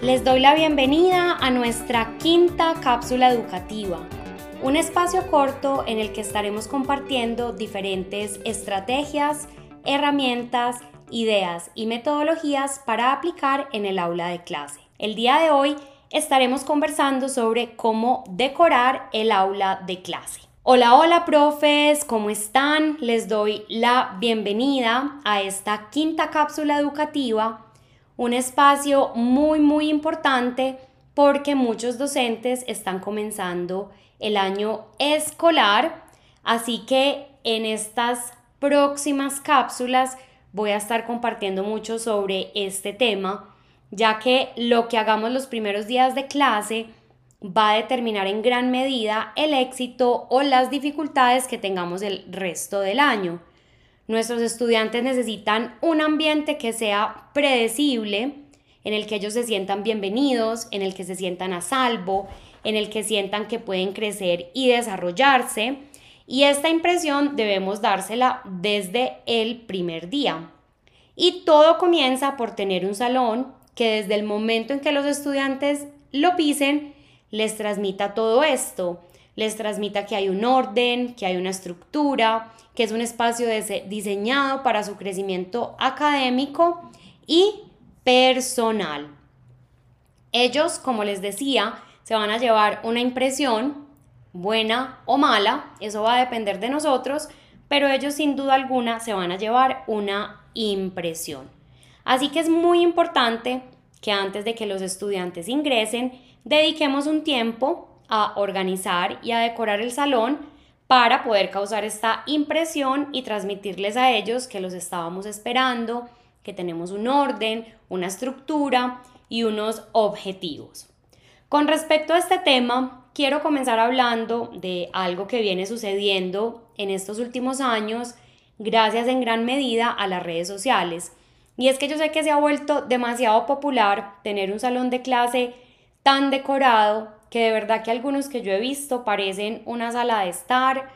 Les doy la bienvenida a nuestra quinta cápsula educativa, un espacio corto en el que estaremos compartiendo diferentes estrategias, herramientas, ideas y metodologías para aplicar en el aula de clase. El día de hoy estaremos conversando sobre cómo decorar el aula de clase. Hola profes, ¿cómo están? Les doy la bienvenida a esta quinta cápsula educativa, un espacio muy importante porque muchos docentes están comenzando el año escolar, así que en estas próximas cápsulas voy a estar compartiendo mucho sobre este tema, ya que lo que hagamos los primeros días de clase va a determinar en gran medida el éxito o las dificultades que tengamos el resto del año. Nuestros estudiantes necesitan un ambiente que sea predecible, en el que ellos se sientan bienvenidos, en el que se sientan a salvo, en el que sientan que pueden crecer y desarrollarse. Y esta impresión debemos dársela desde el primer día. Y todo comienza por tener un salón que desde el momento en que los estudiantes lo pisen, les transmita todo esto. Les transmita que hay un orden, que hay una estructura, que es un espacio diseñado para su crecimiento académico y personal. Ellos, como les decía, se van a llevar una impresión, buena o mala, eso va a depender de nosotros, pero ellos sin duda alguna se van a llevar una impresión. Así que es muy importante que antes de que los estudiantes ingresen, dediquemos un tiempo a organizar y a decorar el salón para poder causar esta impresión y transmitirles a ellos que los estábamos esperando, que tenemos un orden, una estructura y unos objetivos. Con respecto a este tema, quiero comenzar hablando de algo que viene sucediendo en estos últimos años gracias en gran medida a las redes sociales. Y es que yo sé que se ha vuelto demasiado popular tener un salón de clase tan decorado que de verdad que algunos que yo he visto parecen una sala de estar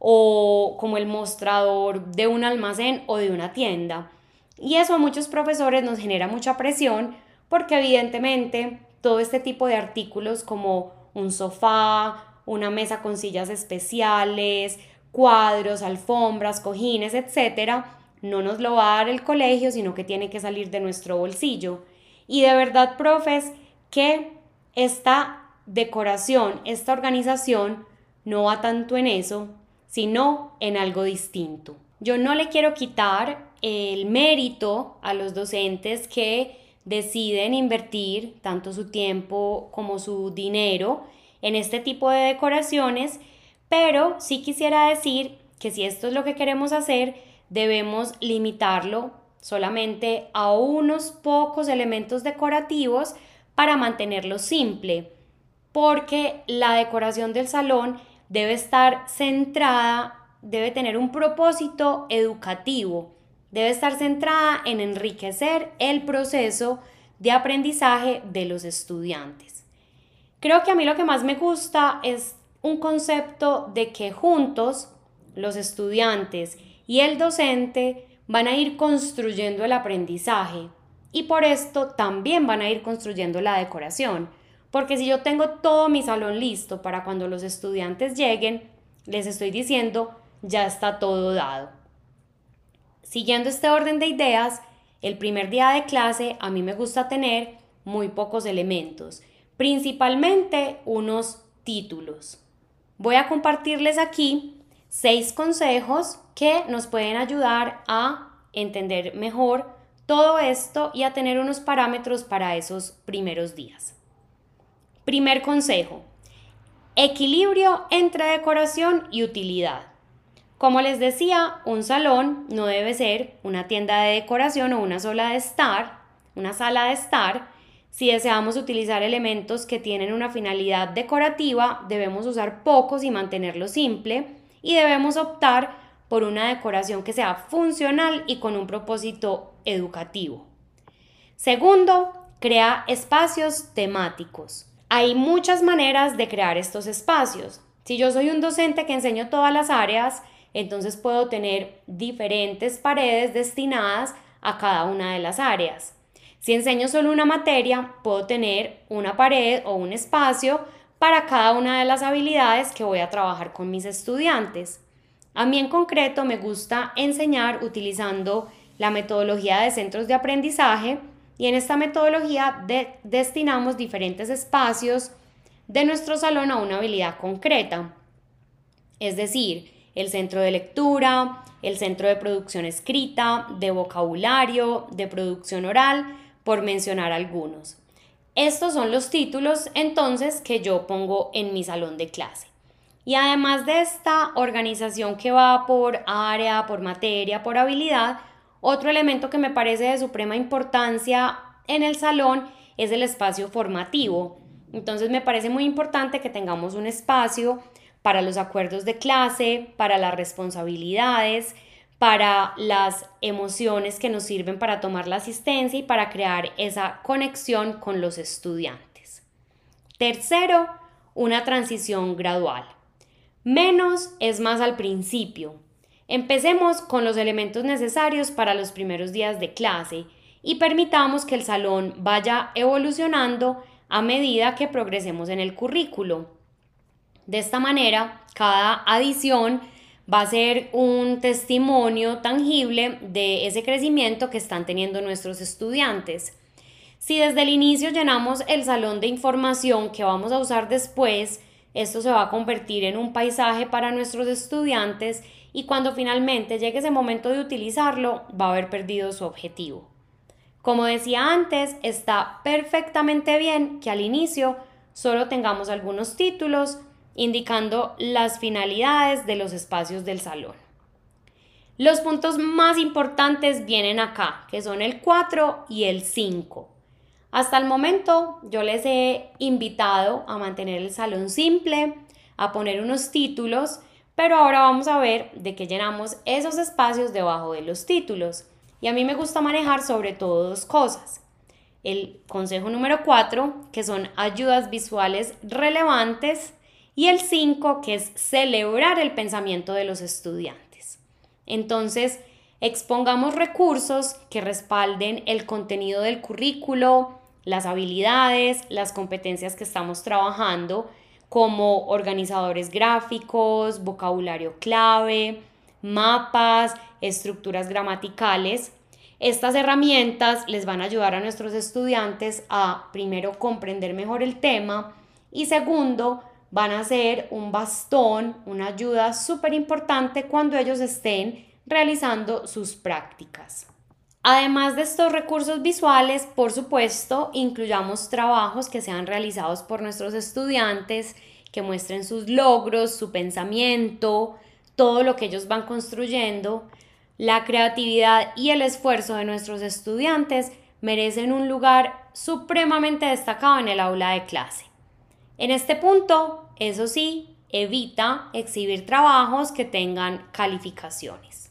o como el mostrador de un almacén o de una tienda. Y eso a muchos profesores nos genera mucha presión porque evidentemente todo este tipo de artículos como un sofá, una mesa con sillas especiales, cuadros, alfombras, cojines, etcétera, no nos lo va a dar el colegio, sino que tiene que salir de nuestro bolsillo. Y de verdad, profes, que esta decoración, esta organización no va tanto en eso, sino en algo distinto. Yo no le quiero quitar el mérito a los docentes que deciden invertir tanto su tiempo como su dinero en este tipo de decoraciones, pero sí quisiera decir que si esto es lo que queremos hacer, debemos limitarlo solamente a unos pocos elementos decorativos para mantenerlo simple, porque la decoración del salón debe estar centrada, debe tener un propósito educativo, debe estar centrada en enriquecer el proceso de aprendizaje de los estudiantes. Creo que a mí lo que más me gusta es un concepto de que juntos los estudiantes y el docente van a ir construyendo el aprendizaje y por esto también van a ir construyendo la decoración. Porque si yo tengo todo mi salón listo para cuando los estudiantes lleguen, les estoy diciendo, ya está todo dado. Siguiendo este orden de ideas, el primer día de clase a mí me gusta tener muy pocos elementos, principalmente unos títulos. Voy a compartirles aquí 6 consejos que nos pueden ayudar a entender mejor todo esto y a tener unos parámetros para esos primeros días. Primer consejo, equilibrio entre decoración y utilidad. Como les decía, un salón no debe ser una tienda de decoración o una sala de estar. Si deseamos utilizar elementos que tienen una finalidad decorativa, debemos usar pocos y mantenerlo simple, y debemos optar por una decoración que sea funcional y con un propósito educativo. Segundo, crea espacios temáticos. Hay muchas maneras de crear estos espacios. Si yo soy un docente que enseño todas las áreas, entonces puedo tener diferentes paredes destinadas a cada una de las áreas. Si enseño solo una materia, puedo tener una pared o un espacio para cada una de las habilidades que voy a trabajar con mis estudiantes. A mí en concreto me gusta enseñar utilizando la metodología de centros de aprendizaje y en esta metodología destinamos diferentes espacios de nuestro salón a una habilidad concreta. Es decir, el centro de lectura, el centro de producción escrita, de vocabulario, de producción oral, por mencionar algunos. Estos son los títulos entonces que yo pongo en mi salón de clase. Y además de esta organización que va por área, por materia, por habilidad, otro elemento que me parece de suprema importancia en el salón es el espacio formativo. Entonces me parece muy importante que tengamos un espacio para los acuerdos de clase, para las responsabilidades, para las emociones que nos sirven para tomar la asistencia y para crear esa conexión con los estudiantes. Tercero, una transición gradual. Menos es más al principio. Empecemos con los elementos necesarios para los primeros días de clase y permitamos que el salón vaya evolucionando a medida que progresemos en el currículo. De esta manera, cada adición va a ser un testimonio tangible de ese crecimiento que están teniendo nuestros estudiantes. Si desde el inicio llenamos el salón de información que vamos a usar después, esto se va a convertir en un paisaje para nuestros estudiantes y cuando finalmente llegue ese momento de utilizarlo, va a haber perdido su objetivo. Como decía antes, está perfectamente bien que al inicio solo tengamos algunos títulos indicando las finalidades de los espacios del salón. Los puntos más importantes vienen acá, que son el 4 y el 5. Hasta el momento yo les he invitado a mantener el salón simple, a poner unos títulos, pero ahora vamos a ver de qué llenamos esos espacios debajo de los títulos. Y a mí me gusta manejar sobre todo dos cosas. El consejo número 4, que son ayudas visuales relevantes, y el 5, que es celebrar el pensamiento de los estudiantes. Entonces, expongamos recursos que respalden el contenido del currículo, las habilidades, las competencias que estamos trabajando, como organizadores gráficos, vocabulario clave, mapas, estructuras gramaticales. Estas herramientas les van a ayudar a nuestros estudiantes a, primero, comprender mejor el tema y segundo, van a ser un bastón, una ayuda súper importante cuando ellos estén realizando sus prácticas. Además de estos recursos visuales, por supuesto, incluyamos trabajos que sean realizados por nuestros estudiantes, que muestren sus logros, su pensamiento, todo lo que ellos van construyendo. La creatividad y el esfuerzo de nuestros estudiantes merecen un lugar supremamente destacado en el aula de clase. En este punto, eso sí, evita exhibir trabajos que tengan calificaciones.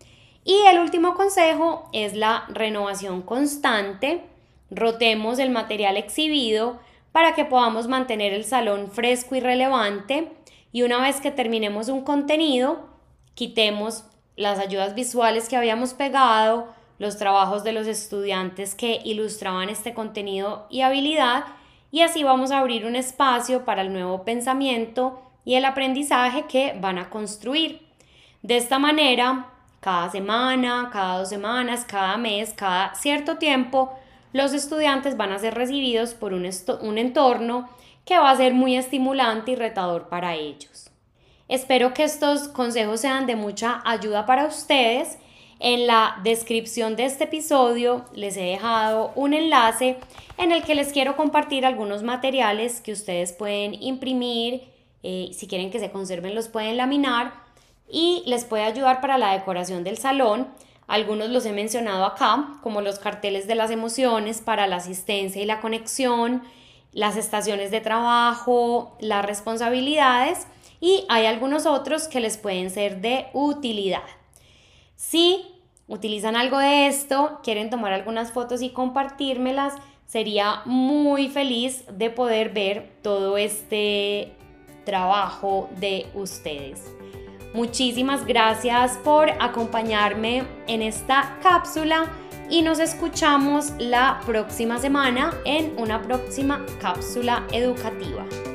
Y el último consejo es la renovación constante. Rotemos el material exhibido para que podamos mantener el salón fresco y relevante y una vez que terminemos un contenido, quitemos las ayudas visuales que habíamos pegado, los trabajos de los estudiantes que ilustraban este contenido y habilidad y así vamos a abrir un espacio para el nuevo pensamiento y el aprendizaje que van a construir. De esta manera, cada semana, cada 2 semanas, cada mes, cada cierto tiempo, los estudiantes van a ser recibidos por un entorno que va a ser muy estimulante y retador para ellos. Espero que estos consejos sean de mucha ayuda para ustedes. En la descripción de este episodio les he dejado un enlace en el que les quiero compartir algunos materiales que ustedes pueden imprimir, si quieren que se conserven los pueden laminar y les puede ayudar para la decoración del salón. Algunos los he mencionado acá, como los carteles de las emociones para la asistencia y la conexión, las estaciones de trabajo, las responsabilidades y hay algunos otros que les pueden ser de utilidad. Si utilizan algo de esto, quieren tomar algunas fotos y compartírmelas, sería muy feliz de poder ver todo este trabajo de ustedes. Muchísimas gracias por acompañarme en esta cápsula y nos escuchamos la próxima semana en una próxima cápsula educativa.